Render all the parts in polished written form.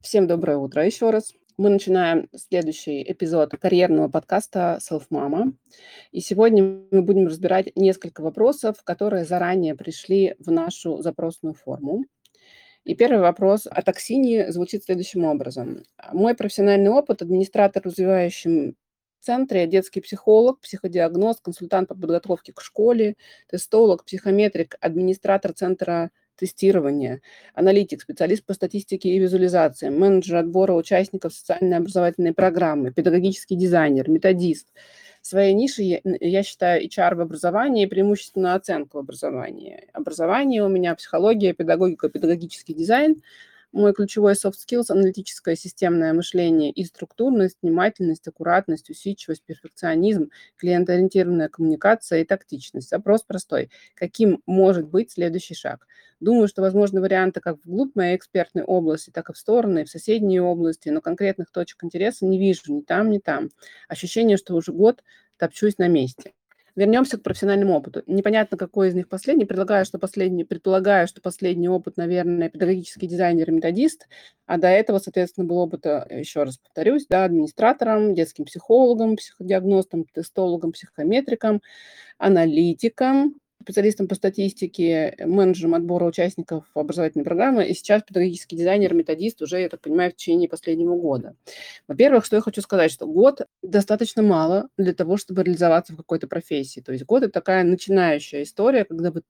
Всем доброе утро еще раз. Мы начинаем следующий эпизод карьерного подкаста «Селфмама». И сегодня мы будем разбирать несколько вопросов, которые заранее пришли в нашу запросную форму. И первый вопрос о токсине звучит следующим образом. Мой профессиональный опыт — администратор в развивающем центре, детский психолог, психодиагност, консультант по подготовке к школе, тестолог, психометрик, администратор центра тестирования, аналитик, специалист по статистике и визуализации, менеджер отбора участников социальной образовательной программы, педагогический дизайнер, методист. Своей нишей я считаю HR в образовании и преимущественно оценку в образовании. Образование у меня психология, педагогика, педагогический дизайн. Мой ключевой soft skills — аналитическое системное мышление и структурность, внимательность, аккуратность, усидчивость, перфекционизм, клиентоориентированная коммуникация и тактичность. Вопрос простой. Каким может быть следующий шаг? Думаю, что возможны варианты как вглубь моей экспертной области, так и в стороны, и в соседние области, но конкретных точек интереса не вижу ни там, ни там. Ощущение, что уже год топчусь на месте. Вернемся к профессиональному опыту. Непонятно, какой из них последний. Предполагаю, что последний опыт, наверное, педагогический дизайнер и методист, а до этого, соответственно, был опыт, еще раз повторюсь, да, администратором, детским психологом, психодиагностом, тестологом, психометриком, аналитиком, специалистом по статистике, менеджером отбора участников образовательной программы и сейчас педагогический дизайнер, методист уже, я так понимаю, в течение последнего года. Во-первых, что я хочу сказать, что год достаточно мало для того, чтобы реализоваться в какой-то профессии. То есть год — это такая начинающая история, когда вы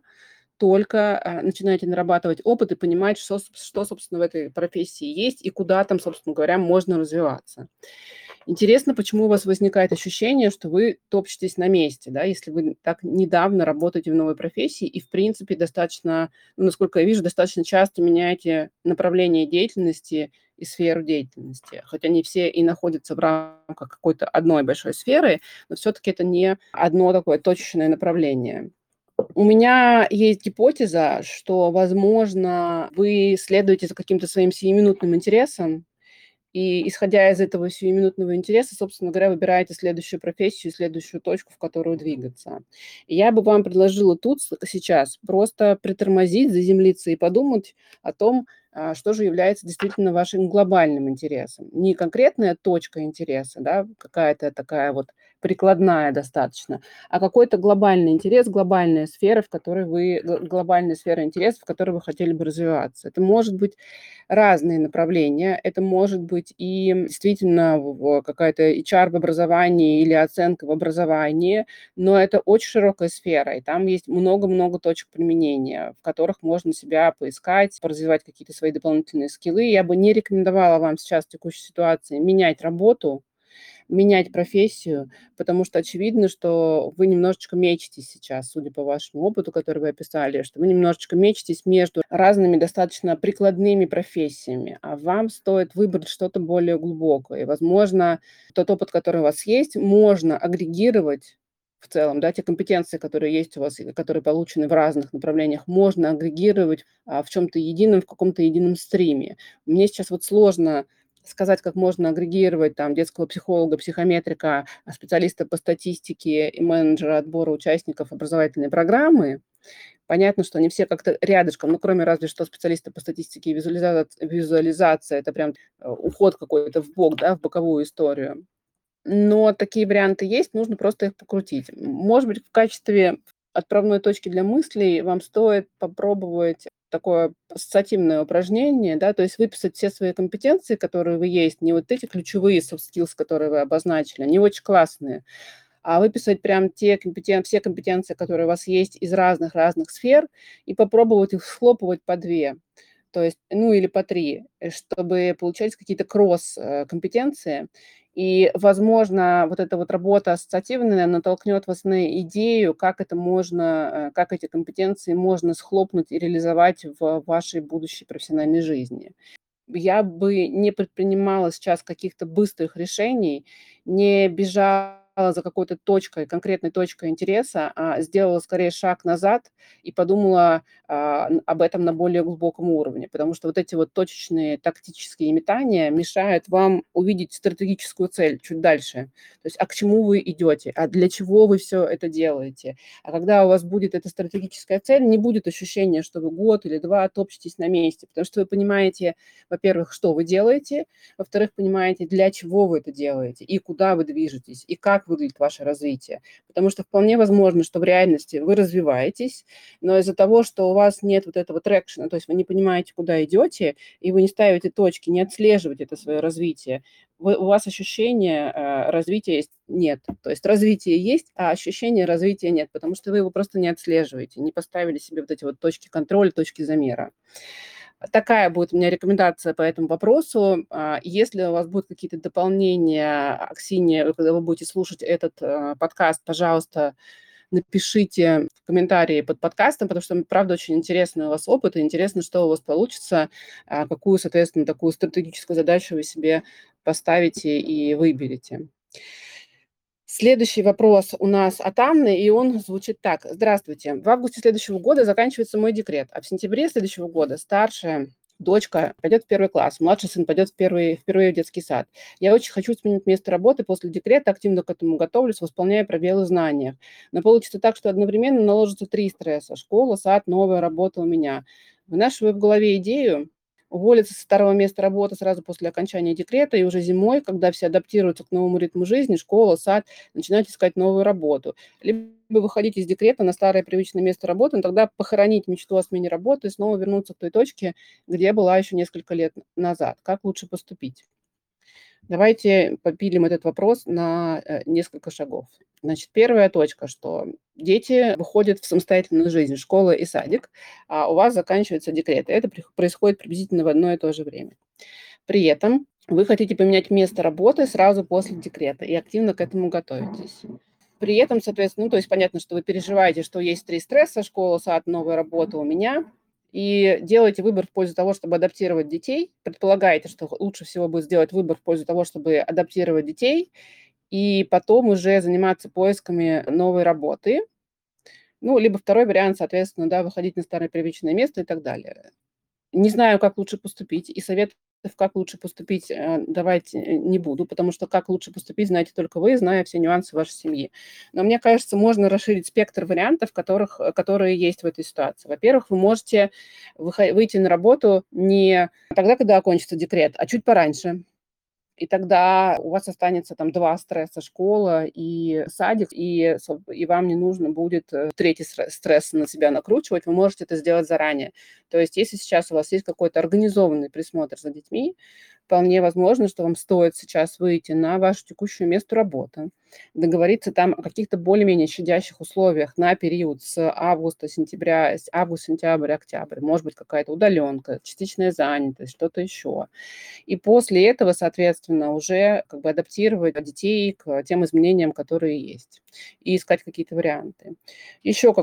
только начинаете нарабатывать опыт и понимать, что, собственно, в этой профессии есть и куда там, собственно говоря, можно развиваться. Интересно, почему у вас возникает ощущение, что вы топчетесь на месте, да, если вы так недавно работаете в новой профессии и, в принципе, достаточно, ну, насколько я вижу, достаточно часто меняете направление деятельности и сферу деятельности. Хоть они все и находятся в рамках какой-то одной большой сферы, но все-таки это не одно такое точечное направление. У меня есть гипотеза, что, возможно, вы следуете за каким-то своим сиюминутным интересом, и, исходя из этого сиюминутного интереса, собственно говоря, выбираете следующую профессию, следующую точку, в которую двигаться. И я бы вам предложила тут сейчас просто притормозить, заземлиться и подумать о том, что же является действительно вашим глобальным интересом. Не конкретная точка интереса, да, какая-то такая вот прикладная достаточно, а какой-то глобальный интерес, глобальная сфера интересов, в которой вы хотели бы развиваться. Это может быть разные направления. Это может быть и действительно какая-то HR в образовании или оценка в образовании, но это очень широкая сфера, и там есть много-много точек применения, в которых можно себя поискать, развивать какие-то свои дополнительные скиллы. Я бы не рекомендовала вам сейчас в текущей ситуации менять работу, менять профессию, потому что очевидно, что вы немножечко мечетесь сейчас, судя по вашему опыту, который вы описали, что вы немножечко мечетесь между разными достаточно прикладными профессиями, а вам стоит выбрать что-то более глубокое. И, возможно, тот опыт, который у вас есть, можно агрегировать в целом, да, те компетенции, которые есть у вас, и которые получены в разных направлениях, можно агрегировать в чем-то едином, в каком-то едином стриме. Мне сейчас вот сложно сказать, как можно агрегировать там детского психолога, психометрика, специалиста по статистике и менеджера отбора участников образовательной программы. Понятно, что они все как-то рядышком, ну, кроме разве что специалиста по статистике и визуализации, это прям уход какой-то в бок, да, в боковую историю. Но такие варианты есть, нужно просто их покрутить. Может быть, в качестве отправной точки для мыслей вам стоит попробовать такое ассоциативное упражнение, да, то есть выписать все свои компетенции, которые вы есть, не вот эти ключевые soft skills, которые вы обозначили, они очень классные, а выписать прям все компетенции, которые у вас есть из разных-разных сфер, и попробовать их схлопывать по две, то есть, ну, или по три, чтобы получались какие-то кросс компетенции. И, возможно, вот эта вот работа ассоциативная натолкнет вас на идею, как эти компетенции можно схлопнуть и реализовать в вашей будущей профессиональной жизни. Я бы не предпринимала сейчас каких-то быстрых решений, не бежала за какой-то точкой, конкретной точкой интереса, а сделала скорее шаг назад и подумала об этом на более глубоком уровне. Потому что вот эти вот точечные тактические метания мешают вам увидеть стратегическую цель чуть дальше. То есть, а к чему вы идете, а для чего вы все это делаете. А когда у вас будет эта стратегическая цель, не будет ощущения, что вы год или два топчетесь на месте, потому что вы понимаете, во-первых, что вы делаете, во-вторых, понимаете, для чего вы это делаете, и куда вы движетесь, и как выглядит ваше развитие. Потому что вполне возможно, что в реальности вы развиваетесь, но из-за того, что у вас нет вот этого трекшена, то есть вы не понимаете, куда идете, и вы не ставите точки, не отслеживаете это свое развитие, у вас ощущения развития нет. То есть развитие есть, а ощущения развития нет, потому что вы его просто не отслеживаете, не поставили себе вот эти вот точки контроля, точки замера. Такая будет у меня рекомендация по этому вопросу. Если у вас будут какие-то дополнения, Аксинья, когда вы будете слушать этот подкаст, пожалуйста, напишите в комментарии под подкастом, потому что, правда, очень интересный у вас опыт, и интересно, что у вас получится, какую, соответственно, такую стратегическую задачу вы себе поставите и выберете. Следующий вопрос у нас от Анны, и он звучит так. Здравствуйте. В августе следующего года заканчивается мой декрет, а в сентябре следующего года старшая дочка пойдет в первый класс, младший сын пойдет впервые в детский сад. Я очень хочу сменить место работы после декрета, активно к этому готовлюсь, восполняя пробелы в знаниях. Но получится так, что одновременно наложится три стресса. Школа, сад, новая работа у меня. Вынашиваю в голове идею уволиться со старого места работы сразу после окончания декрета, и уже зимой, когда все адаптируются к новому ритму жизни, школа, сад, начинать искать новую работу. Либо выходить из декрета на старое привычное место работы, но тогда похоронить мечту о смене работы и снова вернуться к той точке, где была еще несколько лет назад. Как лучше поступить? Давайте попилим этот вопрос на несколько шагов. Значит, первая точка, что дети выходят в самостоятельную жизнь, школа и садик, а у вас заканчивается декрет. И это происходит приблизительно в одно и то же время. При этом вы хотите поменять место работы сразу после декрета и активно к этому готовитесь. При этом, соответственно, то есть понятно, что вы переживаете, что есть три стресса: школа, сад, новая работа у меня, и делаете выбор в пользу того, чтобы адаптировать детей. Предполагаете, что лучше всего будет сделать выбор в пользу того, чтобы адаптировать детей, и потом уже заниматься поисками новой работы. Ну, либо второй вариант, соответственно, да, выходить на старое привычное место и так далее. Не знаю, как лучше поступить, и советов, как лучше поступить, давать не буду, потому что как лучше поступить, знаете только вы, зная все нюансы вашей семьи. Но мне кажется, можно расширить спектр вариантов, которые есть в этой ситуации. Во-первых, вы можете выйти на работу не тогда, когда окончится декрет, а чуть пораньше. И тогда у вас останется там 2 стресса: школа и садик, и вам не нужно будет третий стресс на себя накручивать. Вы можете это сделать заранее. То есть если сейчас у вас есть какой-то организованный присмотр за детьми, вполне возможно, что вам стоит сейчас выйти на ваше текущее место работы, договориться там о каких-то более-менее щадящих условиях на период с августа, сентября, август, сентябрь, октябрь. Может быть, какая-то удаленка, частичная занятость, что-то еще. И после этого, соответственно, уже как бы адаптировать детей к тем изменениям, которые есть, и искать какие-то варианты. Еще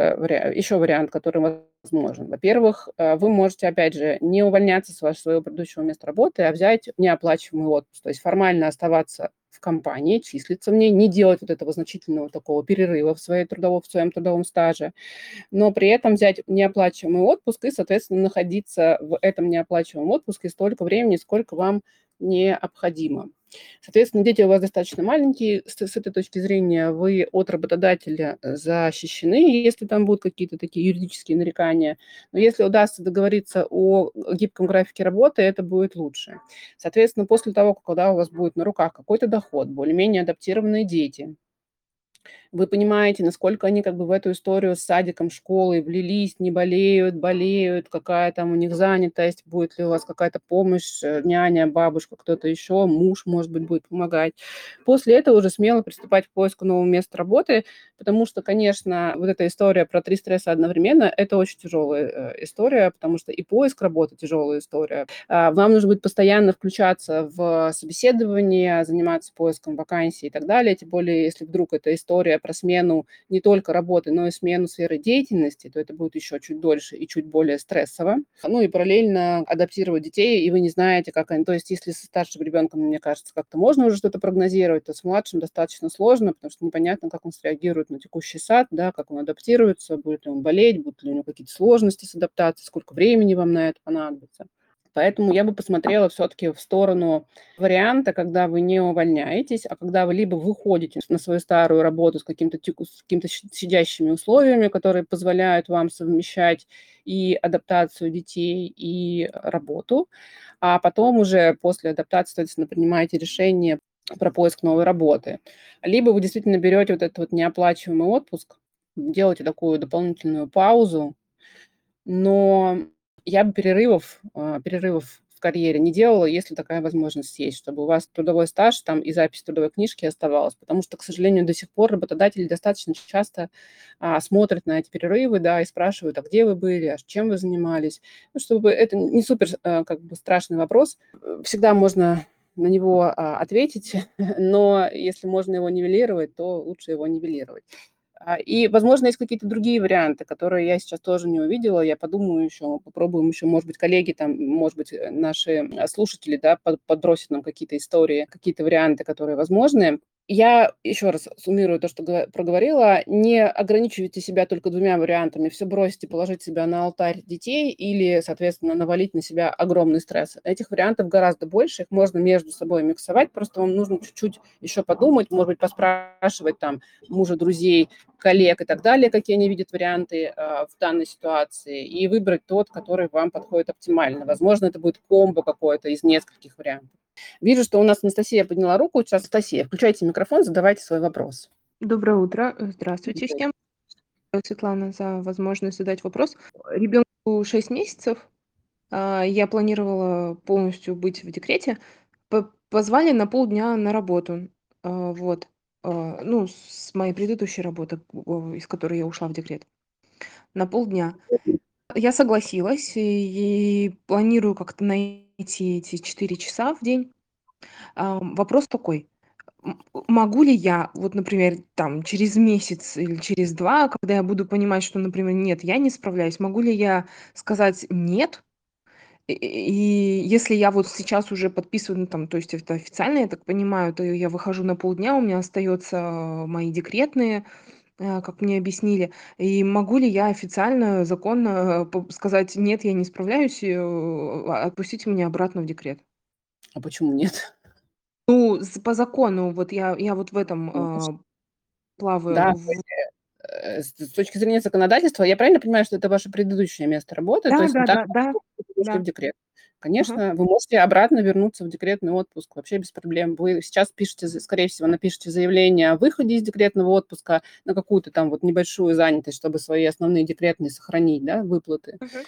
вариант, который возможен. Во-первых, вы можете, опять же, не увольняться с своего предыдущего места работы, а взять неоплачиваемый отпуск, то есть формально оставаться в компании, числиться в ней, не делать вот этого значительного такого перерыва в своем трудовом стаже, но при этом взять неоплачиваемый отпуск и, соответственно, находиться в этом неоплачиваемом отпуске столько времени, сколько вам необходимо. Соответственно, дети у вас достаточно маленькие, с этой точки зрения вы от работодателя защищены, если там будут какие-то такие юридические нарекания. Но если удастся договориться о гибком графике работы, это будет лучше. Соответственно, после того, когда у вас будет на руках какой-то доход, более-менее адаптированные дети, вы понимаете, насколько они как бы в эту историю с садиком, школой влились, не болеют, болеют, какая там у них занятость, будет ли у вас какая-то помощь, няня, бабушка, кто-то еще, муж, может быть, будет помогать. После этого уже смело приступать к поиску нового места работы, потому что, конечно, вот эта история про три стресса одновременно – это очень тяжелая история, потому что и поиск работы – тяжелая история. Вам нужно будет постоянно включаться в собеседование, заниматься поиском вакансий и так далее, тем более, если вдруг эта история про смену не только работы, но и смену сферы деятельности, то это будет еще чуть дольше и чуть более стрессово. Ну и параллельно адаптировать детей, и вы не знаете, как они... То есть если со старшим ребенком, мне кажется, как-то можно уже что-то прогнозировать, то с младшим достаточно сложно, потому что непонятно, как он среагирует на текущий сад, да, как он адаптируется, будет ли он болеть, будут ли у него какие-то сложности с адаптацией, сколько времени вам на это понадобится. Поэтому я бы посмотрела все-таки в сторону варианта, когда вы не увольняетесь, а когда вы либо выходите на свою старую работу с какими-то щадящими условиями, которые позволяют вам совмещать и адаптацию детей, и работу, а потом уже после адаптации, соответственно, принимаете решение про поиск новой работы. Либо вы действительно берете вот этот вот неоплачиваемый отпуск, делаете такую дополнительную паузу, но я бы перерывов в карьере не делала, если такая возможность есть, чтобы у вас трудовой стаж там и запись трудовой книжки оставалась. Потому что, к сожалению, до сих пор работодатели достаточно часто смотрят на эти перерывы, да, и спрашивают, а где вы были, а чем вы занимались. Ну, чтобы это не супер как бы страшный вопрос. Всегда можно на него ответить, но если можно его нивелировать, то лучше его нивелировать. И, возможно, есть какие-то другие варианты, которые я сейчас тоже не увидела. Я подумаю еще, попробуем еще, может быть, коллеги там, может быть, наши слушатели, да, подбросят нам какие-то истории, какие-то варианты, которые возможны. Я еще раз суммирую то, что проговорила. Не ограничивайте себя только двумя вариантами. Все бросите, положить себя на алтарь детей или, соответственно, навалить на себя огромный стресс. Этих вариантов гораздо больше. Их можно между собой миксовать. Просто вам нужно чуть-чуть еще подумать, может быть, поспрашивать там мужа, друзей, коллег и так далее, какие они видят варианты в данной ситуации, и выбрать тот, который вам подходит оптимально. Возможно, это будет комбо какое-то из нескольких вариантов. Вижу, что у нас Анастасия подняла руку. Сейчас, Анастасия, включайте микрофон, задавайте свой вопрос. Доброе утро. Здравствуйте всем. Светлана, за возможность задать вопрос. Ребенку 6 месяцев. Я планировала полностью быть в декрете. Позвали на полдня на работу. Вот. Ну, с моей предыдущей работы, из которой я ушла в декрет. На полдня. Я согласилась и планирую как-то найти эти 4 часа в день. Вопрос такой. Могу ли я, вот, например, там, через месяц или через 2, когда я буду понимать, что, например, нет, я не справляюсь, могу ли я сказать нет? И если я вот сейчас уже подписываю, ну, там, то есть это официально, я так понимаю, то я выхожу на полдня, у меня остаются мои декретные, как мне объяснили. И могу ли я официально, законно сказать нет, я не справляюсь, и отпустите меня обратно в декрет? А почему нет? Ну, по закону, вот я вот в этом плаваю. Да, с точки зрения законодательства, я правильно понимаю, что это ваше предыдущее место работы? Да, То есть да, так да, да, вы ушли да. в декрет. Ага. Конечно, вы можете обратно вернуться в декретный отпуск, вообще без проблем. Вы сейчас пишете, скорее всего, напишите заявление о выходе из декретного отпуска на какую-то там вот небольшую занятость, чтобы свои основные декретные сохранить, да, выплаты. Мгм.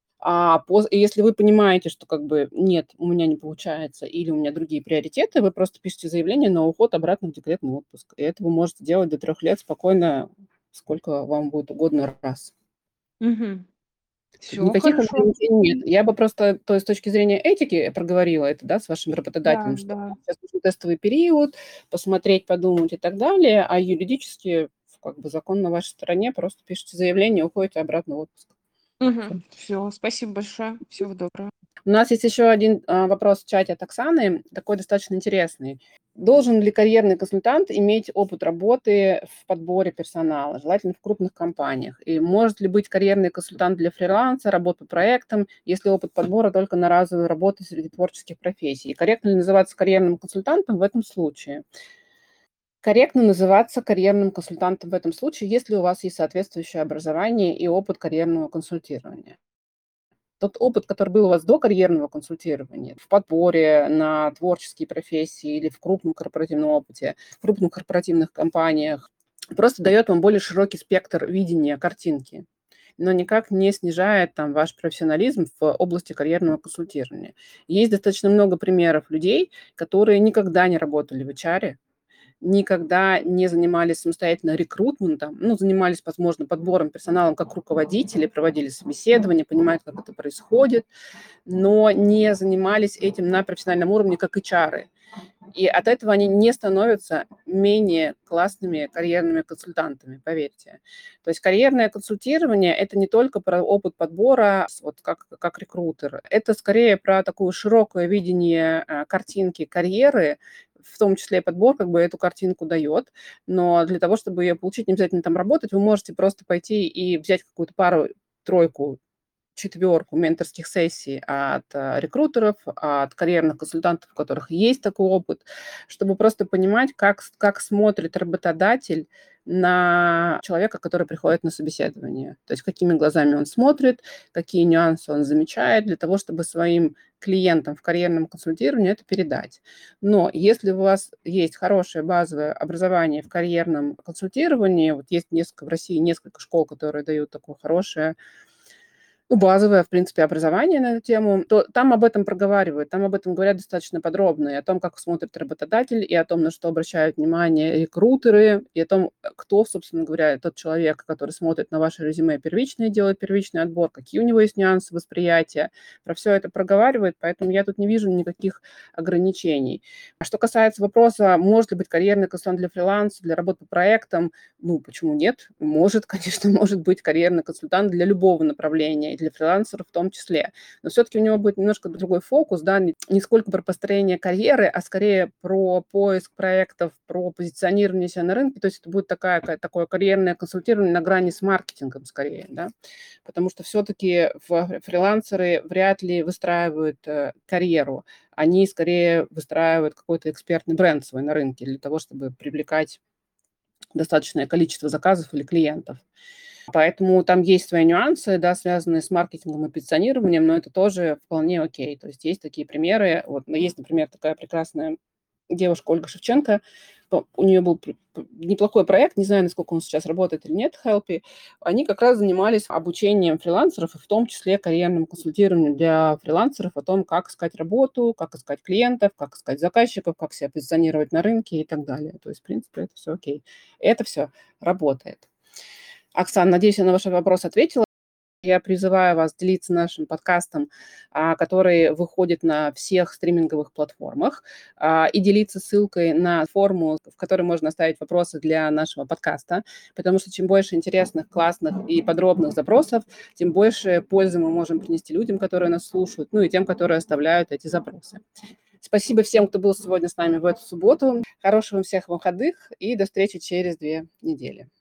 Если вы понимаете, что как бы нет, у меня не получается, или у меня другие приоритеты, вы просто пишете заявление на уход обратно в декретный отпуск. И это вы можете делать до 3 лет спокойно, сколько вам будет угодно раз. Мгм. Тут Всё никаких хорошо. ограничений нет. Я бы просто, то есть с точки зрения этики проговорила это, да, с вашим Да, работодателем, что да. сейчас нужен тестовый период, посмотреть, подумать и так далее, а юридически как бы закон на вашей стороне, просто пишите заявление, уходите обратно в отпуск. Мгм. Всё. Всё, спасибо большое. Всего доброго. У нас есть еще один вопрос в чате от Оксаны, такой достаточно интересный. Должен ли карьерный консультант иметь опыт работы в подборе персонала, желательно в крупных компаниях? И может ли быть карьерный консультант для фриланса, работы по проектам, если опыт подбора только на разовые работы среди творческих профессий? И корректно ли называться карьерным консультантом в этом случае? Корректно называться карьерным консультантом в этом случае, если у вас есть соответствующее образование и опыт карьерного консультирования. Тот опыт, который был у вас до карьерного консультирования, в подборе на творческие профессии или в крупном корпоративном опыте, в крупных корпоративных компаниях, просто дает вам более широкий спектр видения картинки, но никак не снижает там ваш профессионализм в области карьерного консультирования. Есть достаточно много примеров людей, которые никогда не работали в HR, никогда не занимались самостоятельно рекрутментом, ну, занимались, возможно, подбором персоналом как руководители, проводили собеседования, понимают, как это происходит, но не занимались этим на профессиональном уровне, как HR. И от этого они не становятся менее классными карьерными консультантами, поверьте. То есть карьерное консультирование – это не только про опыт подбора, вот как рекрутер. Это скорее про такое широкое видение картинки карьеры, в том числе и подбор как бы эту картинку дает. Но для того, чтобы ее получить, не обязательно там работать, вы можете просто пойти и взять какую-то пару-тройку четверку менторских сессий от рекрутеров, от карьерных консультантов, у которых есть такой опыт, чтобы просто понимать, как смотрит работодатель на человека, который приходит на собеседование. То есть какими глазами он смотрит, какие нюансы он замечает для того, чтобы своим клиентам в карьерном консультировании это передать. Но если у вас есть хорошее базовое образование в карьерном консультировании, вот есть в России несколько школ, которые дают такое хорошее базовое, в принципе, образование на эту тему, то там об этом проговаривают, там об этом говорят достаточно подробно, и о том, как смотрит работодатель, и о том, на что обращают внимание рекрутеры, и о том, кто, собственно говоря, тот человек, который смотрит на ваше резюме первично и делает первичный отбор, какие у него есть нюансы восприятия. Про все это проговаривают, поэтому я тут не вижу никаких ограничений. А что касается вопроса, может ли быть карьерный консультант для фриланса, для работы по проектам, почему нет? Может, конечно, может быть карьерный консультант для любого направления, и для фрилансеров в том числе. Но все-таки у него будет немножко другой фокус, да, не сколько про построение карьеры, а скорее про поиск проектов, про позиционирование себя на рынке. То есть это будет такое карьерное консультирование на грани с маркетингом скорее, да, потому что все-таки фрилансеры вряд ли выстраивают карьеру, они скорее выстраивают какой-то экспертный бренд свой на рынке для того, чтобы привлекать достаточное количество заказов или клиентов. Поэтому там есть свои нюансы, да, связанные с маркетингом и позиционированием, но это тоже вполне окей. То есть есть такие примеры. Вот, есть, например, такая прекрасная девушка Ольга Шевченко. У нее был неплохой проект, не знаю, насколько он сейчас работает или нет, Helpy. Они как раз занимались обучением фрилансеров, и в том числе карьерным консультированием для фрилансеров о том, как искать работу, как искать клиентов, как искать заказчиков, как себя позиционировать на рынке и так далее. То есть, в принципе, это все окей. Это все работает. Оксана, надеюсь, я на ваш вопрос ответила. Я призываю вас делиться нашим подкастом, который выходит на всех стриминговых платформах, и делиться ссылкой на форму, в которой можно оставить вопросы для нашего подкаста, потому что чем больше интересных, классных и подробных запросов, тем больше пользы мы можем принести людям, которые нас слушают, и тем, которые оставляют эти запросы. Спасибо всем, кто был сегодня с нами в эту субботу. Хороших вам всех выходных и до встречи через 2 недели.